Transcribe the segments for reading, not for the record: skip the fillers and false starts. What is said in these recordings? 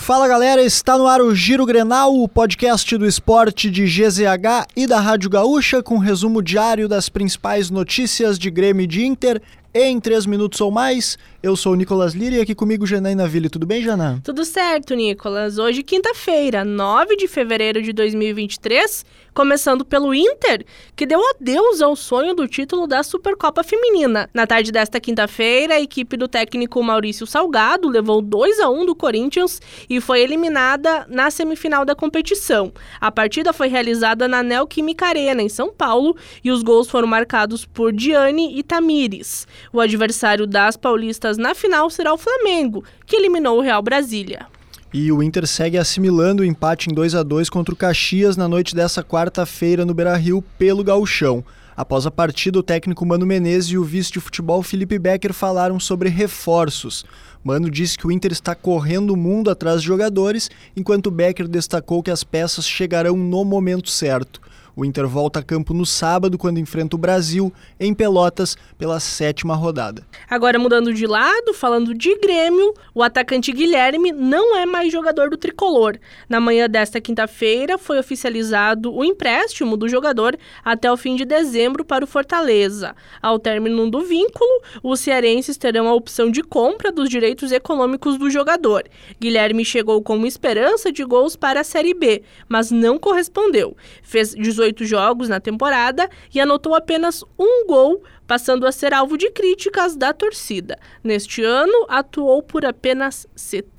Fala galera, está no ar o Giro Grenal, o podcast do esporte de GZH e da Rádio Gaúcha, com resumo diário das principais notícias de Grêmio e de Inter em 3 minutos ou mais. Eu sou o Nicolas Lira e aqui comigo Janaína Ville. Tudo bem, Jana? Tudo certo, Nicolas. Hoje, quinta-feira, 9 de fevereiro de 2023, começando pelo Inter, que deu adeus ao sonho do título da Supercopa Feminina. Na tarde desta quinta-feira, a equipe do técnico Maurício Salgado levou 2-1 do Corinthians e foi eliminada na semifinal da competição. A partida foi realizada na Neoquímica Arena, em São Paulo, e os gols foram marcados por Diane e Tamires. O adversário das paulistas na final será o Flamengo, que eliminou o Real Brasília. E o Inter segue assimilando o empate em 2-2 contra o Caxias na noite dessa quarta-feira no Beira-Rio pelo Gauchão. Após a partida, o técnico Mano Menezes e o vice de futebol Felipe Becker falaram sobre reforços. Mano disse que o Inter está correndo o mundo atrás de jogadores, enquanto Becker destacou que as peças chegarão no momento certo. O Inter volta a campo no sábado, quando enfrenta o Brasil, em Pelotas, pela 7ª rodada. Agora, mudando de lado, falando de Grêmio, o atacante Guilherme não é mais jogador do tricolor. Na manhã desta quinta-feira, foi oficializado o empréstimo do jogador até o fim de dezembro para o Fortaleza. Ao término do vínculo, os cearenses terão a opção de compra dos direitos econômicos do jogador. Guilherme chegou com uma esperança de gols para a Série B, mas não correspondeu. Fez 18 jogos na temporada e anotou apenas um gol, passando a ser alvo de críticas da torcida. Neste ano, atuou por apenas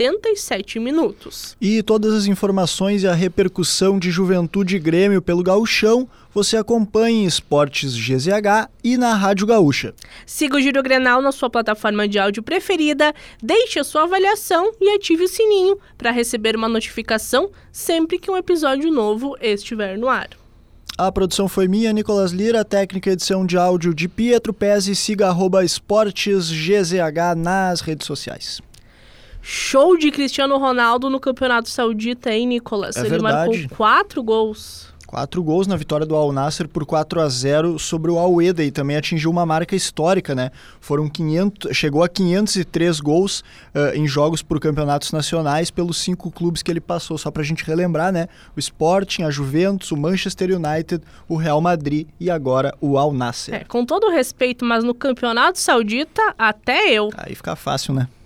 77 minutos. E todas as informações e a repercussão de Juventude e Grêmio pelo Gauchão, você acompanha em Esportes GZH e na Rádio Gaúcha. Siga o Giro Grenal na sua plataforma de áudio preferida, deixe a sua avaliação e ative o sininho para receber uma notificação sempre que um episódio novo estiver no ar. A produção foi minha, Nicolas Lira, a técnica e edição de áudio de Pietro Pezzi. Siga @esportesgzh nas redes sociais. Show de Cristiano Ronaldo no Campeonato Saudita, hein, Nicolas? Ele verdade. Marcou 4 gols. 4 gols na vitória do Al Nassr por 4-0 sobre o Al Wehda e também atingiu uma marca histórica, né? Chegou a 503 gols em jogos por campeonatos nacionais pelos 5 clubes que ele passou. Só pra gente relembrar, né? O Sporting, a Juventus, o Manchester United, o Real Madrid e agora o Al Nassr. Com todo o respeito, mas no Campeonato Saudita, até eu. Aí fica fácil, né?